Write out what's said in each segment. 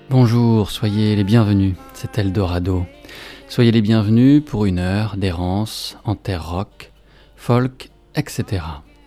Bonjour, soyez les bienvenus, c'est Eldorado. Soyez les bienvenus pour une heure d'errance en terre rock, folk, etc.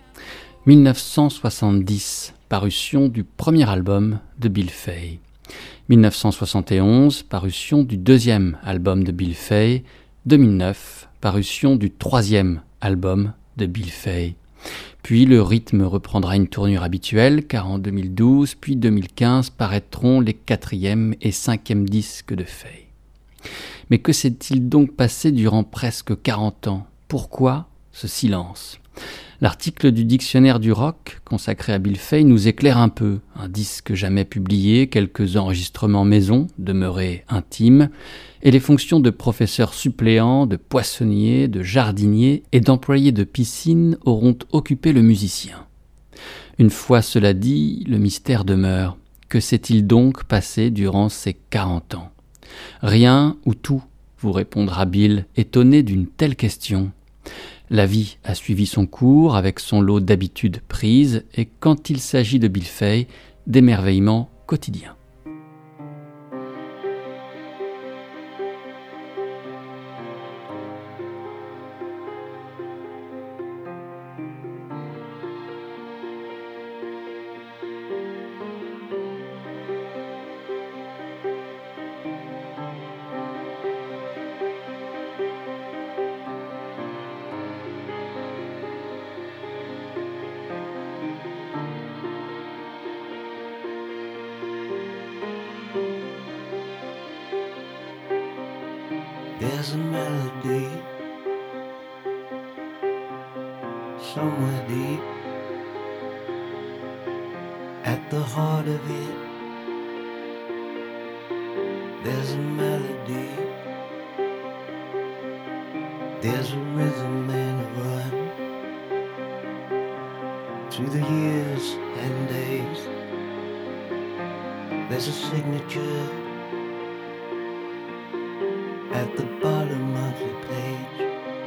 1970, parution du premier album de Bill Fay. 1971, parution du deuxième album de Bill Fay. 2009, parution du troisième album de Bill Fay. Puis le rythme reprendra une tournure habituelle, car en 2012 puis 2015 paraîtront les quatrième et cinquième disques de Fay. Mais que s'est-il donc passé durant presque 40 ans ? Pourquoi ce silence ? L'article du Dictionnaire du rock, consacré à Bill Fay, nous éclaire un peu. Un disque jamais publié, quelques enregistrements maison, demeurés intimes, et les fonctions de professeur suppléant, de poissonnier, de jardinier et d'employé de piscine auront occupé le musicien. Une fois cela dit, le mystère demeure. Que s'est-il donc passé durant ces 40 ans ? Rien ou tout, vous répondra Bill, étonné d'une telle question. La vie a suivi son cours avec son lot d'habitudes prises et quand il s'agit de Bill Fay, d'émerveillements quotidiens. There's a melody somewhere deep at the heart of it. There's a melody, there's a rhythm and a run through the years and days. There's a signature at the bottom of the page.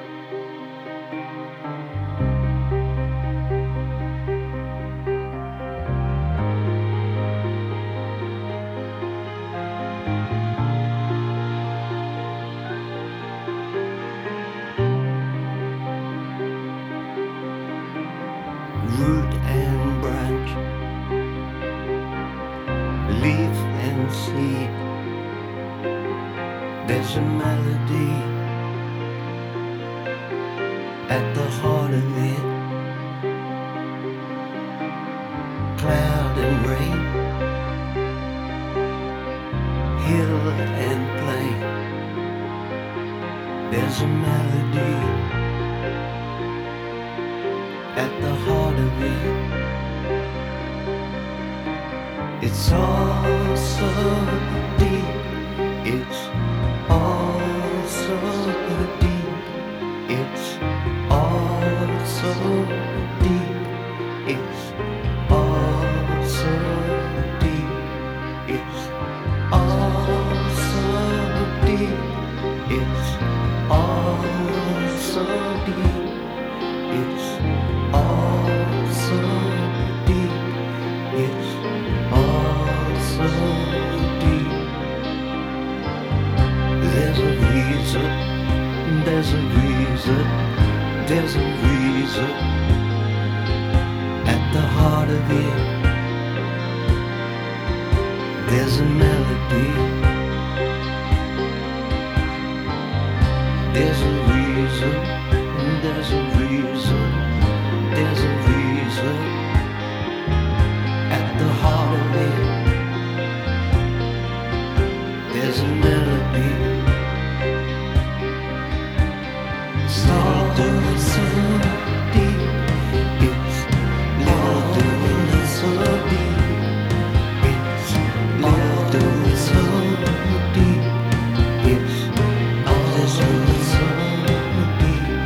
Root and branch, leaf and seed. There's a melody at the heart of it. Cloud and rain, hill and plain. There's a melody at the heart of it. It's all so deep. It's all so deep, it's all so deep, it's all so deep, it's all so deep, it's all so deep, it's all so deep, it's all so deep. There's a reason, there's a reason, there's a reason at the heart of it. There's a melody, there's a reason, there's a reason, there's a reason at the heart of it. There's a melody. So deep, it's all so deep, it's all so deep, it's all so deep,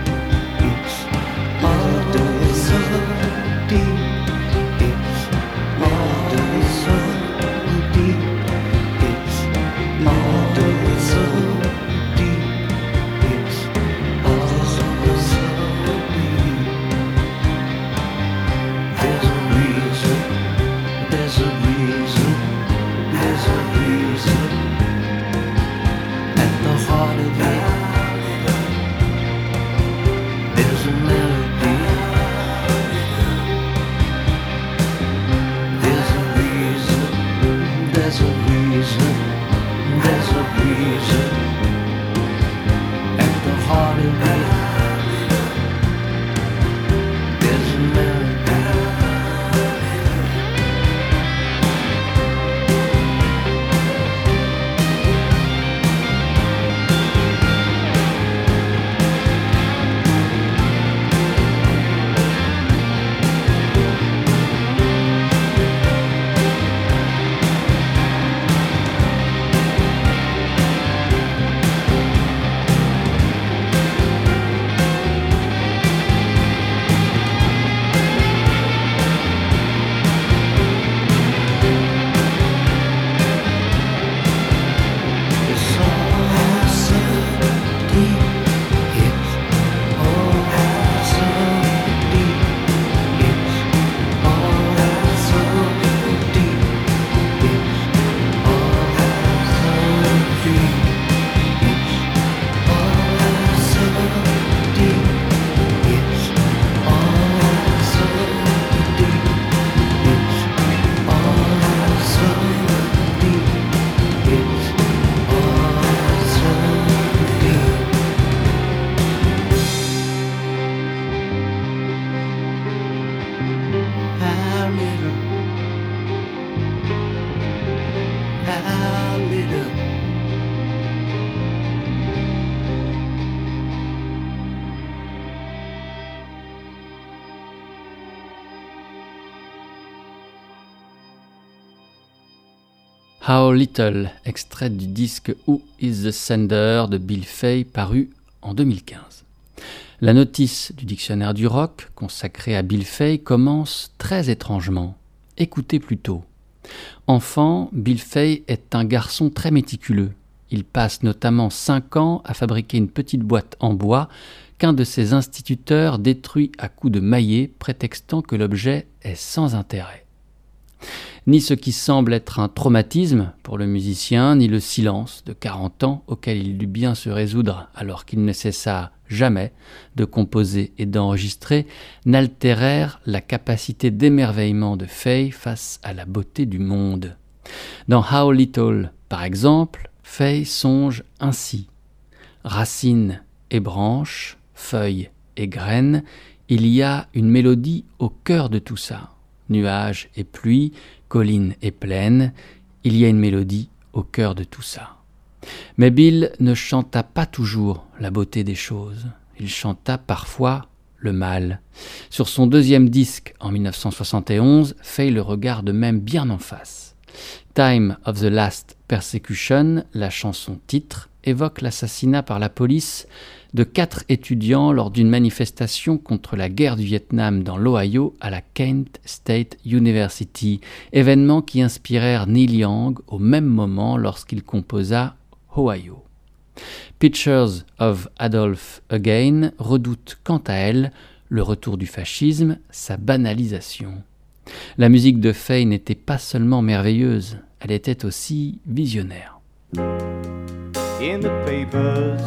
How Little, extrait du disque Who is the Sender de Bill Fay, paru en 2015. La notice du dictionnaire du rock, consacrée à Bill Fay, commence très étrangement. Écoutez plutôt. Enfant, Bill Fay est un garçon très méticuleux. Il passe notamment 5 ans à fabriquer une petite boîte en bois qu'un de ses instituteurs détruit à coups de maillet, prétextant que l'objet est sans intérêt. Ni ce qui semble être un traumatisme pour le musicien, ni le silence de 40 ans auquel il dut bien se résoudre alors qu'il ne cessa jamais de composer et d'enregistrer, n'altérèrent la capacité d'émerveillement de Fay face à la beauté du monde. Dans How Little, par exemple, Fay songe ainsi. Racines et branches, feuilles et graines, il y a une mélodie au cœur de tout ça. Nuages et pluie, collines et plaines, il y a une mélodie au cœur de tout ça. Mais Bill ne chanta pas toujours la beauté des choses, il chanta parfois le mal. Sur son 2e disque, en 1971, Fay le regarde même bien en face. Time of the Last Persecution, la chanson titre, évoque l'assassinat par la police de 4 étudiants lors d'une manifestation contre la guerre du Vietnam dans l'Ohio à la Kent State University, événement qui inspirèrent Neil Young au même moment lorsqu'il composa Ohio. Pictures of Adolf Again redoute quant à elle le retour du fascisme, sa banalisation. La musique de Fay n'était pas seulement merveilleuse, elle était aussi visionnaire. In the papers,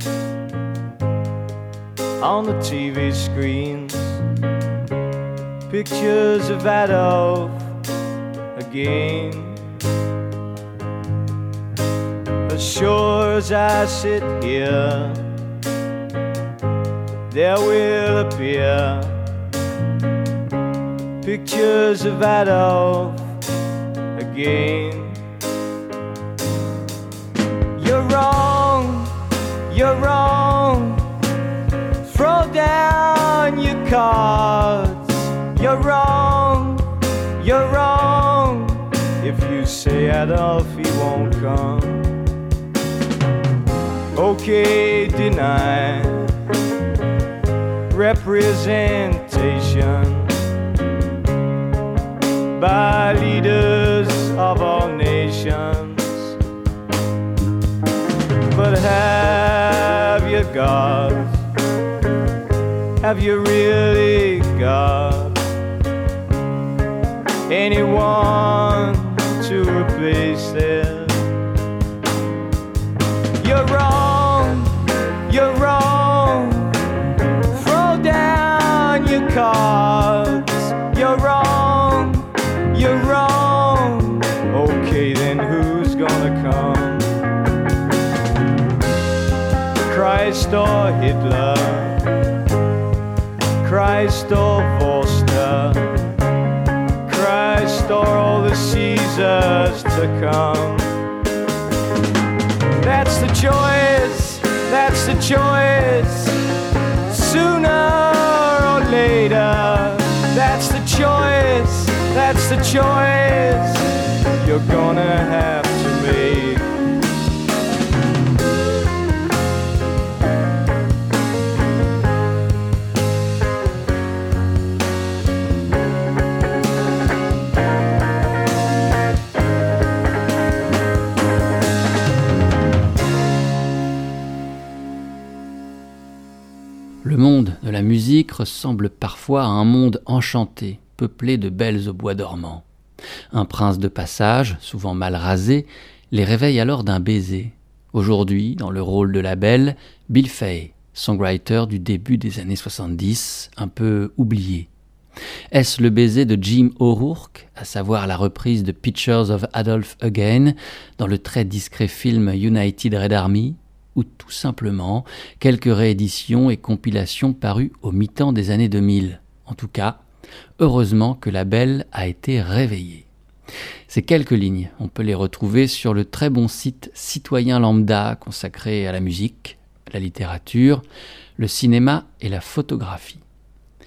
on the TV screens, pictures of Adolf again. As sure as I sit here, there will appear pictures of Adolf again. You're wrong, you're wrong. Throw down your cards. You're wrong, you're wrong. If you say Adolf, he won't come. Okay, deny representation by leaders of all nations. But have you got, have you really got anyone to replace them? You're wrong, you're wrong. Throw down your cards. You're wrong, you're wrong. Okay, then who's gonna come? Christ or Hitler, Christ or Forster, Christ or all the Caesars to come. That's the choice, that's the choice. Sooner or later, that's the choice, that's the choice you're gonna have to make. Le monde de la musique ressemble parfois à un monde enchanté, peuplé de belles au bois dormant. Un prince de passage, souvent mal rasé, les réveille alors d'un baiser. Aujourd'hui, dans le rôle de la belle, Bill Fay, songwriter du début des années 70, un peu oublié. Est-ce le baiser de Jim O'Rourke, à savoir la reprise de Pictures of Adolf Again, dans le très discret film United Red Army, ou tout simplement quelques rééditions et compilations parues au mi-temps des années 2000. En tout cas, heureusement que la belle a été réveillée. Ces quelques lignes, on peut les retrouver sur le très bon site Citoyen Lambda consacré à la musique, la littérature, le cinéma et la photographie.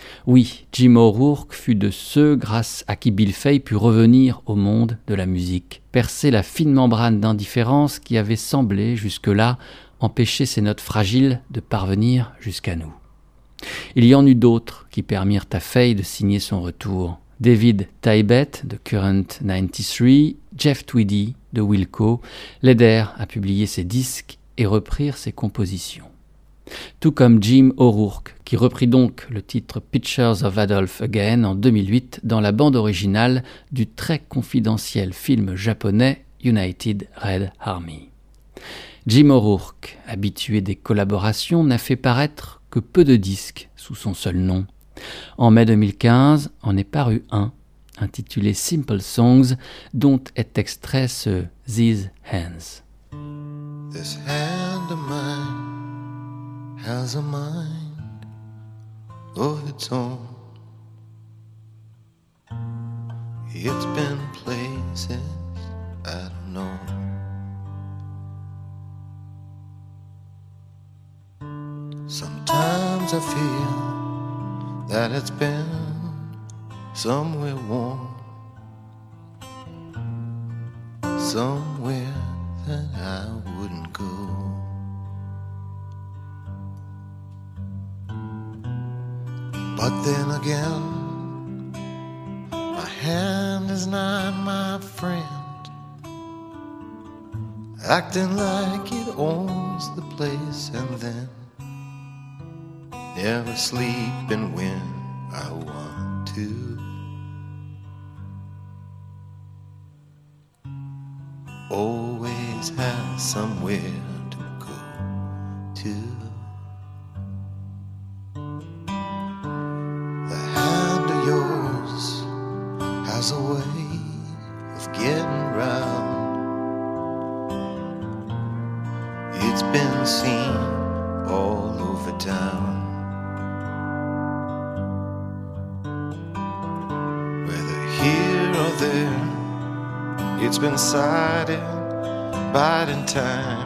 Oui, Jim O'Rourke fut de ceux grâce à qui Bill Fay put revenir au monde de la musique, percer la fine membrane d'indifférence qui avait semblé, jusque-là, empêcher ces notes fragiles de parvenir jusqu'à nous. Il y en eut d'autres qui permirent à Fay de signer son retour. David Tibet de Current 93, Jeff Tweedy de Wilco l'aidèrent à publier ses disques et reprirent ses compositions. Tout comme Jim O'Rourke, qui reprit donc le titre Pictures of Adolf Again en 2008 dans la bande originale du très confidentiel film japonais United Red Army. Jim O'Rourke, habitué des collaborations, n'a fait paraître que peu de disques sous son seul nom. En mai 2015, en est paru un, intitulé Simple Songs, dont est extrait ce These Hands. This hand of mine has a mind of its own. It's been places I don't know. Sometimes I feel that it's been somewhere warm, somewhere that I wouldn't go. But then again, my hand is not my friend, acting like it owns the place and then never sleeping when I want to. Always have somewhere to go to. The hand of yours has a way of getting round. It's been seen all over town. It's been sighted, biding time,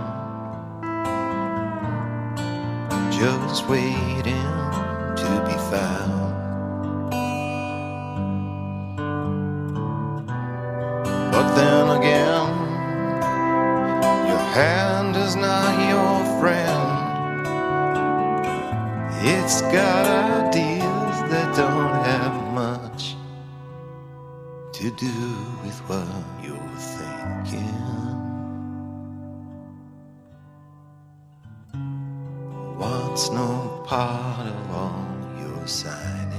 just waiting to be found. But then again, your hand is not your friend. It's got ideas that don't have much to do with what you're thinking. Wants no part of all your signing.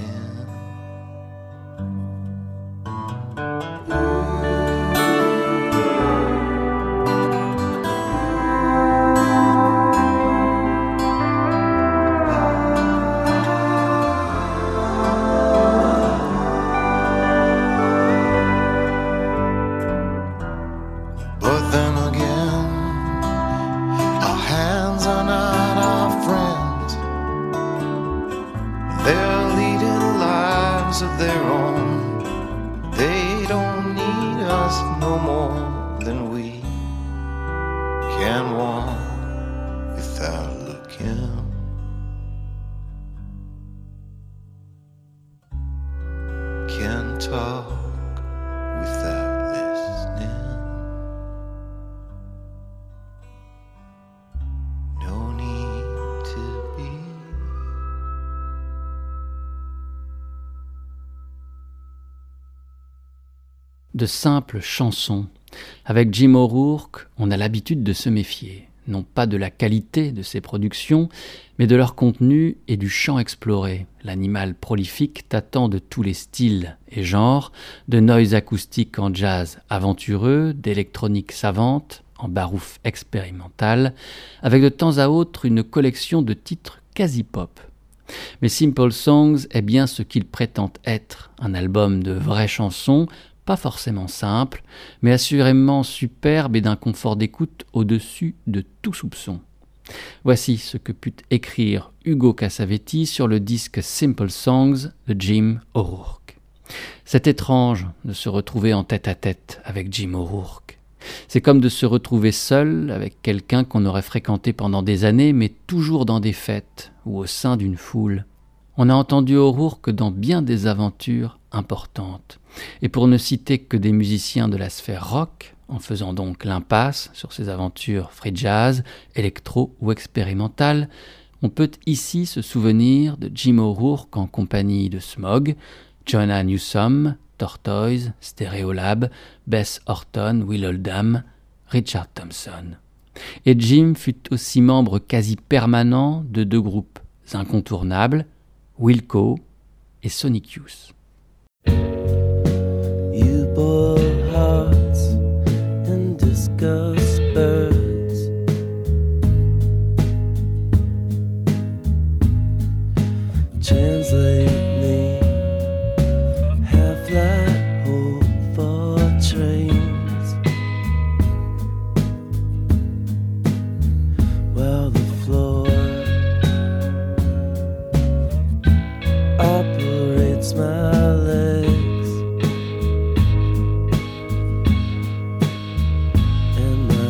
De simples chansons. Avec Jim O'Rourke, on a l'habitude de se méfier, non pas de la qualité de ses productions, mais de leur contenu et du champ exploré. L'animal prolifique tâtant de tous les styles et genres, de noise acoustique en jazz aventureux, d'électronique savante, en barouf expérimental, avec de temps à autre une collection de titres quasi pop. Mais Simple Songs est bien ce qu'il prétend être, un album de vraies chansons, pas forcément simple, mais assurément superbe et d'un confort d'écoute au-dessus de tout soupçon. Voici ce que put écrire Ugo Cassavetti sur le disque Simple Songs de Jim O'Rourke. C'est étrange de se retrouver en tête-à-tête avec Jim O'Rourke. C'est comme de se retrouver seul avec quelqu'un qu'on aurait fréquenté pendant des années, mais toujours dans des fêtes ou au sein d'une foule. On a entendu O'Rourke dans bien des aventures importantes. Et pour ne citer que des musiciens de la sphère rock, en faisant donc l'impasse sur ses aventures free jazz, électro ou expérimentales, on peut ici se souvenir de Jim O'Rourke en compagnie de Smog, Joanna Newsom, Tortoise, Stereolab, Bess Orton, Will Oldham, Richard Thompson. Et Jim fut aussi membre quasi permanent de deux groupes incontournables, Wilco et Sonic Youth. You bore hearts and discuss birds. Translate me, have that hope for trains. Well, the floor operates my legs and my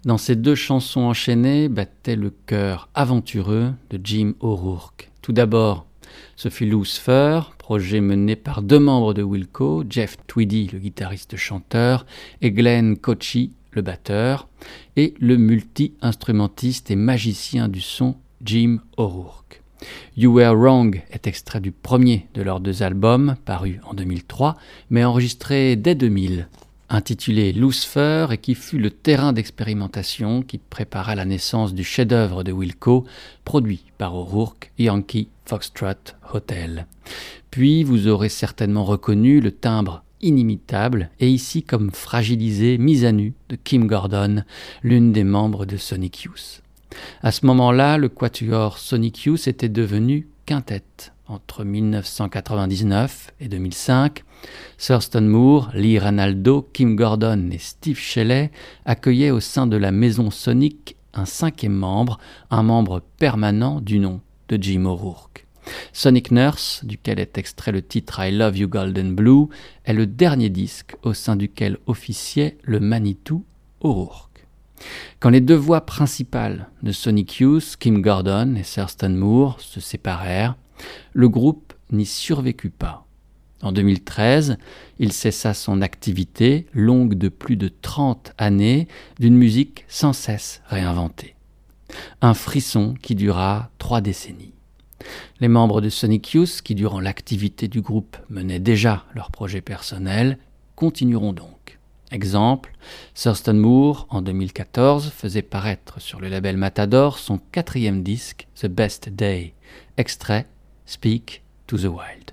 dans ces deux chansons enchaînées battait le cœur aventureux de Jim O'Rourke. Tout d'abord, ce fut Loose Fur, projet mené par deux membres de Wilco, Jeff Tweedy, le guitariste-chanteur, et Glenn Kotche, le batteur, et le multi-instrumentiste et magicien du son Jim O'Rourke. You Were Wrong est extrait du premier de leurs deux albums, paru en 2003, mais enregistré dès 2000. Intitulé Loose Fur et qui fut le terrain d'expérimentation qui prépara la naissance du chef-d'œuvre de Wilco, produit par O'Rourke, Yankee Foxtrot Hotel. Puis vous aurez certainement reconnu le timbre inimitable et ici comme fragilisé, mis à nu de Kim Gordon, l'une des membres de Sonic Youth. À ce moment-là, le quatuor Sonic Youth était devenu quintette. Entre 1999 et 2005, Thurston Moore, Lee Ranaldo, Kim Gordon et Steve Shelley accueillaient au sein de la maison Sonic un cinquième membre, un membre permanent du nom de Jim O'Rourke. Sonic Nurse, duquel est extrait le titre I Love You Golden Blue, est le dernier disque au sein duquel officiait le Manitou O'Rourke. Quand les deux voix principales de Sonic Youth, Kim Gordon et Thurston Moore, se séparèrent, le groupe n'y survécut pas. En 2013, il cessa son activité, longue de plus de 30 années, d'une musique sans cesse réinventée. Un frisson qui dura 3 décennies. Les membres de Sonic Youth, qui durant l'activité du groupe menaient déjà leur projet personnel, continueront donc. Exemple, Thurston Moore, en 2014, faisait paraître sur le label Matador son 4e disque, The Best Day, extrait Speak to the Wild.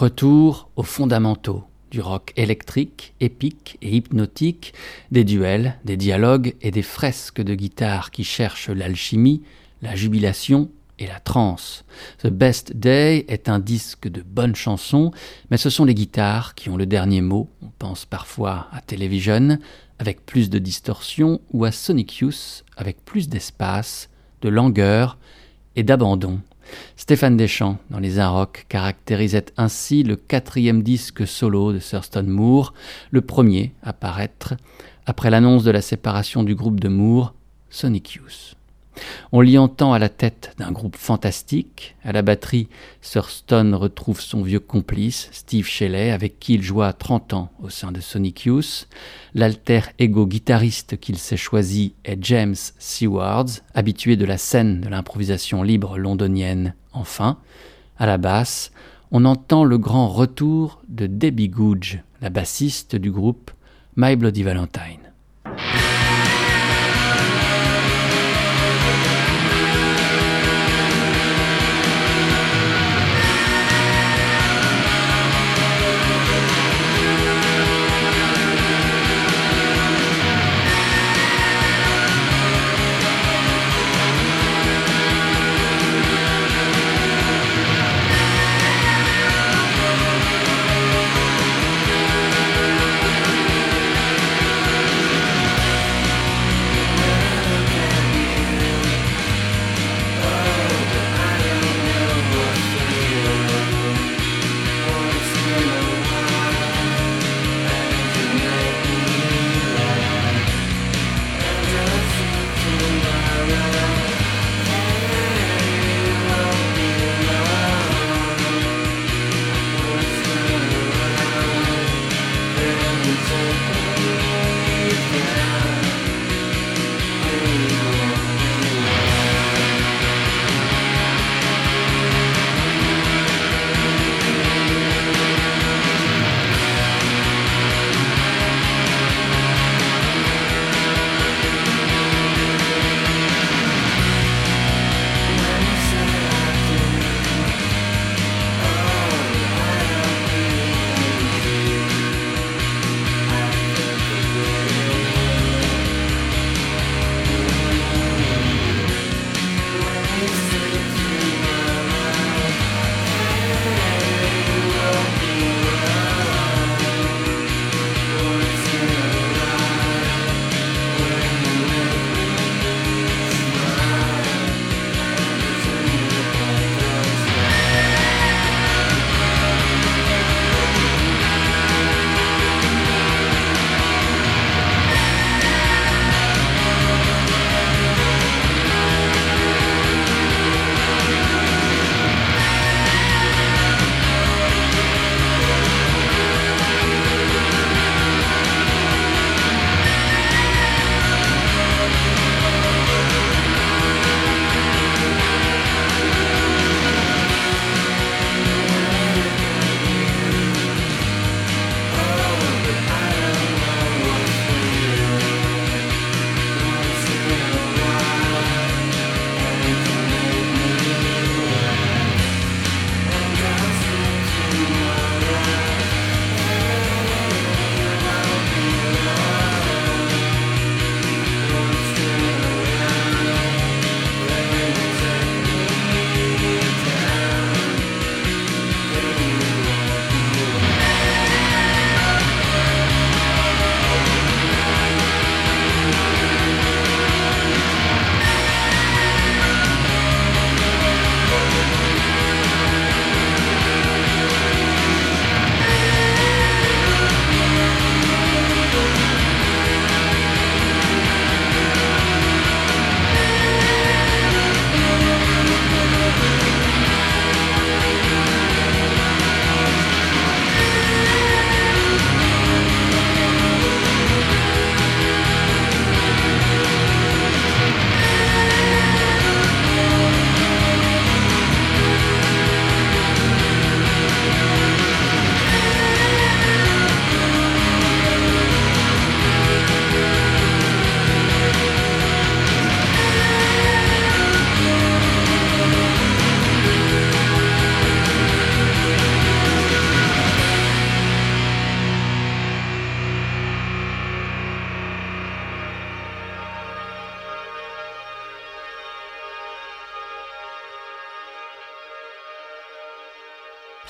Retour aux fondamentaux du rock électrique, épique et hypnotique, des duels, des dialogues et des fresques de guitare qui cherchent l'alchimie, la jubilation et la transe. The Best Day est un disque de bonnes chansons, mais ce sont les guitares qui ont le dernier mot. On pense parfois à Television, avec plus de distorsion, ou à Sonic Youth, avec plus d'espace, de langueur et d'abandon. Stéphane Deschamps, dans Les Inrocks, caractérisait ainsi le 4e disque solo de Thurston Moore, le premier à paraître après l'annonce de la séparation du groupe de Moore, Sonic Youth. On l'y entend à la tête d'un groupe fantastique. À la batterie, Thurston retrouve son vieux complice, Steve Shelley, avec qui il joua 30 ans au sein de Sonic Youth. L'alter ego guitariste qu'il s'est choisi est James Seawards, habitué de la scène de l'improvisation libre londonienne. Enfin, à la basse, on entend le grand retour de Debbie Googe, la bassiste du groupe My Bloody Valentine.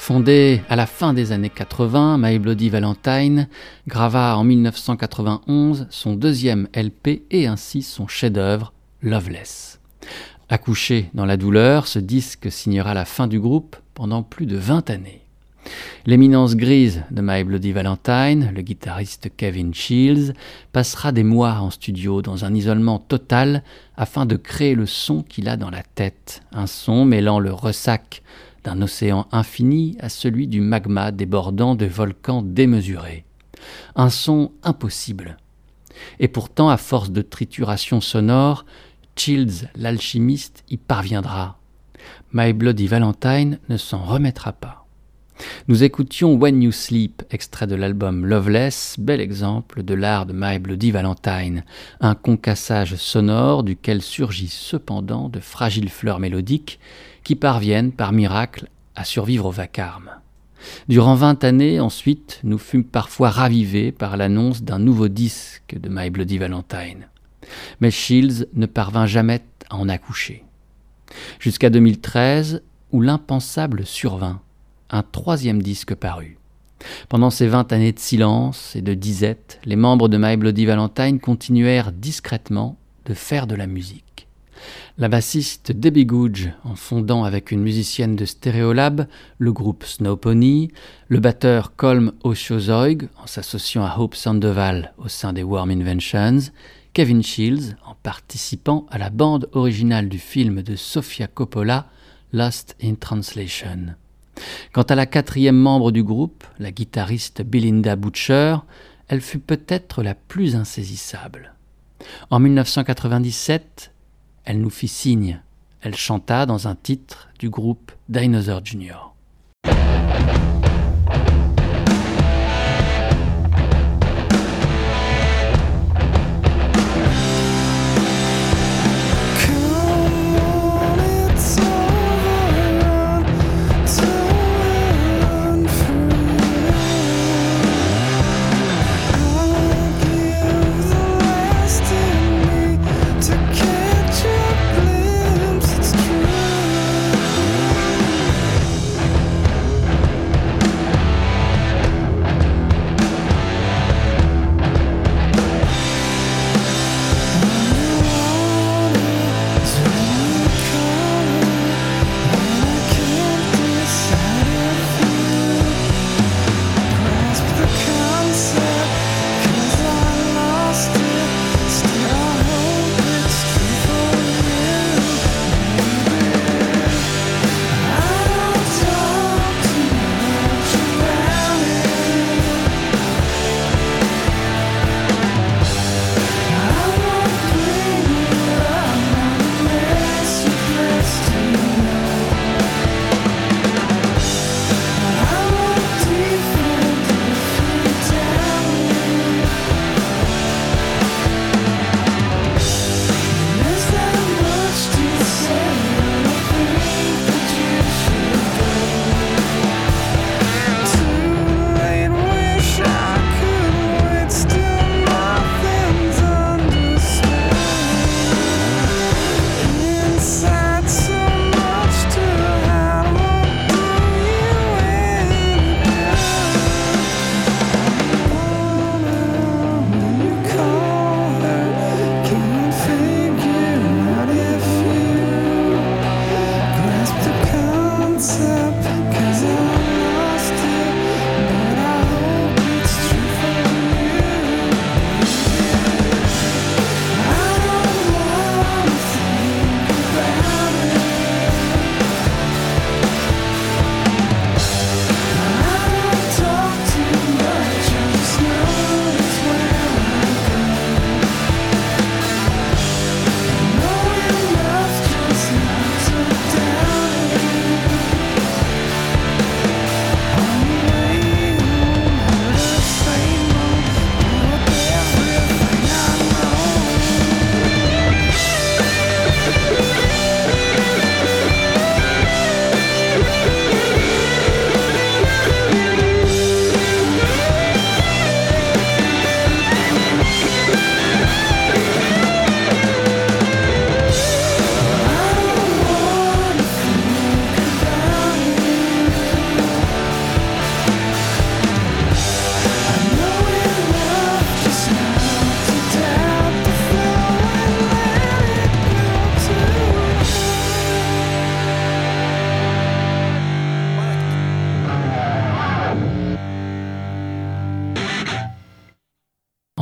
Fondé à la fin des années 80, My Bloody Valentine grava en 1991 son deuxième LP et ainsi son chef-d'œuvre Loveless. Accouché dans la douleur, ce disque signera la fin du groupe pendant plus de 20 années. L'éminence grise de My Bloody Valentine, le guitariste Kevin Shields, passera des mois en studio dans un isolement total afin de créer le son qu'il a dans la tête, un son mêlant le ressac d'un océan infini à celui du magma débordant de volcans démesurés. Un son impossible. Et pourtant, à force de trituration sonore, Shields, l'alchimiste, y parviendra. My Bloody Valentine ne s'en remettra pas. Nous écoutions When You Sleep, extrait de l'album Loveless, bel exemple de l'art de My Bloody Valentine, un concassage sonore duquel surgissent cependant de fragiles fleurs mélodiques qui parviennent par miracle à survivre au vacarme. Durant 20 années, ensuite, nous fûmes parfois ravivés par l'annonce d'un nouveau disque de My Bloody Valentine. Mais Shields ne parvint jamais à en accoucher. Jusqu'à 2013, où l'impensable survint, un troisième disque parut. Pendant ces 20 années de silence et de disette, les membres de My Bloody Valentine continuèrent discrètement de faire de la musique. La bassiste Debbie Googe, en fondant avec une musicienne de Stereolab le groupe Snow Pony, le batteur Colm O'Shaughnessy en s'associant à Hope Sandoval au sein des Warm Inventions, Kevin Shields en participant à la bande originale du film de Sofia Coppola, Lost in Translation. Quant à la quatrième membre du groupe, la guitariste Belinda Butcher, elle fut peut-être la plus insaisissable. En 1997, elle nous fit signe. Elle chanta dans un titre du groupe Dinosaur Jr.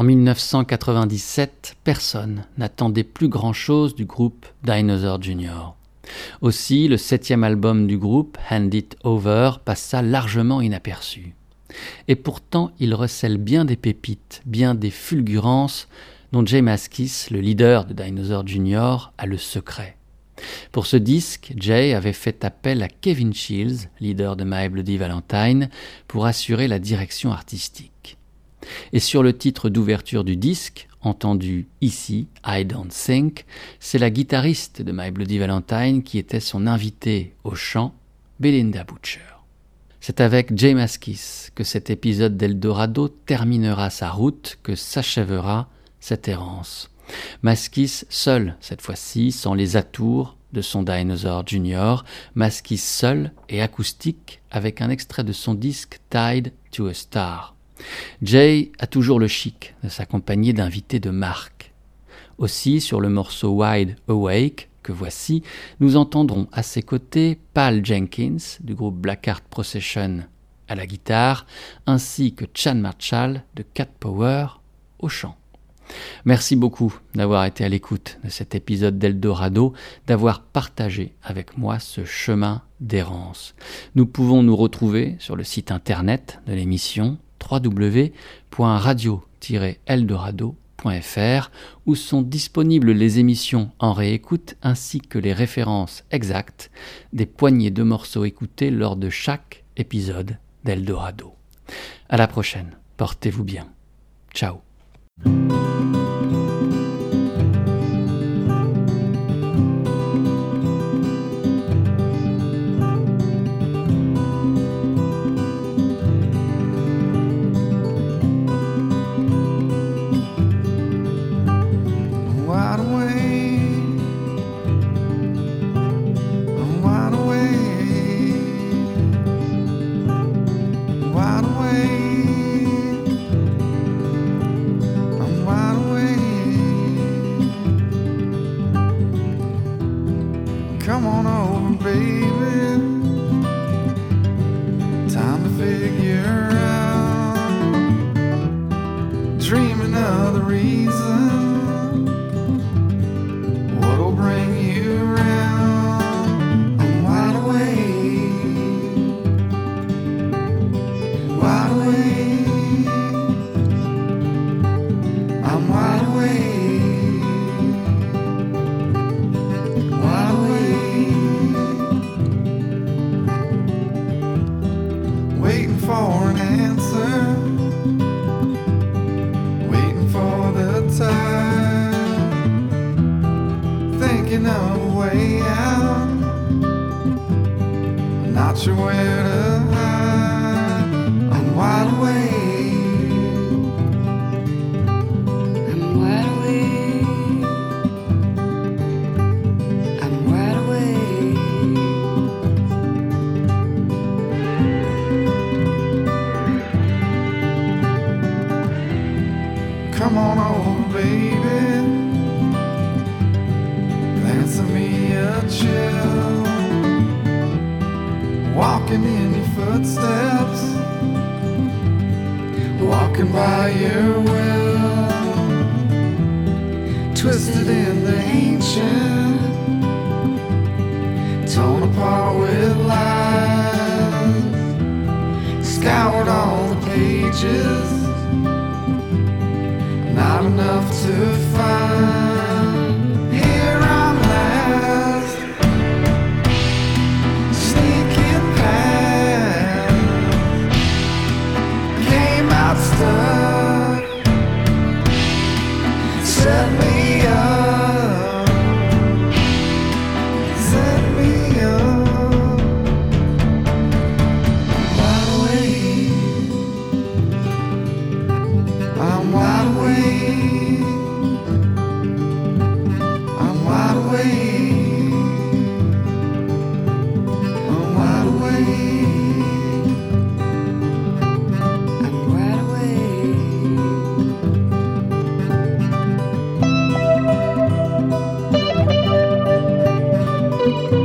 En 1997, personne n'attendait plus grand-chose du groupe Dinosaur Jr. Aussi, le 7e album du groupe, Hand It Over, passa largement inaperçu. Et pourtant, il recèle bien des pépites, bien des fulgurances dont Jay Mascis, le leader de Dinosaur Jr., a le secret. Pour ce disque, Jay avait fait appel à Kevin Shields, leader de My Bloody Valentine, pour assurer la direction artistique. Et sur le titre d'ouverture du disque, entendu ici, I Don't Think, c'est la guitariste de My Bloody Valentine qui était son invitée au chant, Belinda Butcher. C'est avec Jay Mascis que cet épisode d'Eldorado terminera sa route, que s'achèvera cette errance. Mascis seul, cette fois-ci, sans les atours de son Dinosaur Jr., Mascis seul et acoustique avec un extrait de son disque Tied to a Star. Jay a toujours le chic de s'accompagner d'invités de marque. Aussi, sur le morceau Wide Awake, que voici, nous entendrons à ses côtés Pal Jenkins du groupe Black Heart Procession à la guitare, ainsi que Chan Marshall de Cat Power au chant. Merci beaucoup d'avoir été à l'écoute de cet épisode d'Eldorado, d'avoir partagé avec moi ce chemin d'errance. Nous pouvons nous retrouver sur le site internet de l'émission www.radio-eldorado.fr où sont disponibles les émissions en réécoute ainsi que les références exactes des poignées de morceaux écoutés lors de chaque épisode d'Eldorado. À la prochaine, portez-vous bien. Ciao. Come on over, baby. Time to figure out. Dreaming of the reason what'll bring you around. I'm wide awake, wide awake. I'm wide awake. For an answer, waiting for the time, thinking of a way out, I'm not sure where to hide. I'm wide awake, I'm wide awake, I'm wide awake. Come on over, baby. Answer me a chill. Walking in your footsteps, walking by your will, twisted in the ancient, torn apart with lies, scoured all the pages. Not enough to find. Here I'm last, sneaking past. Came out stuck, set me up, set me up. Wide awake, I'm wide awake. I'm wide awake. I'm wide awake. I'm wide awake.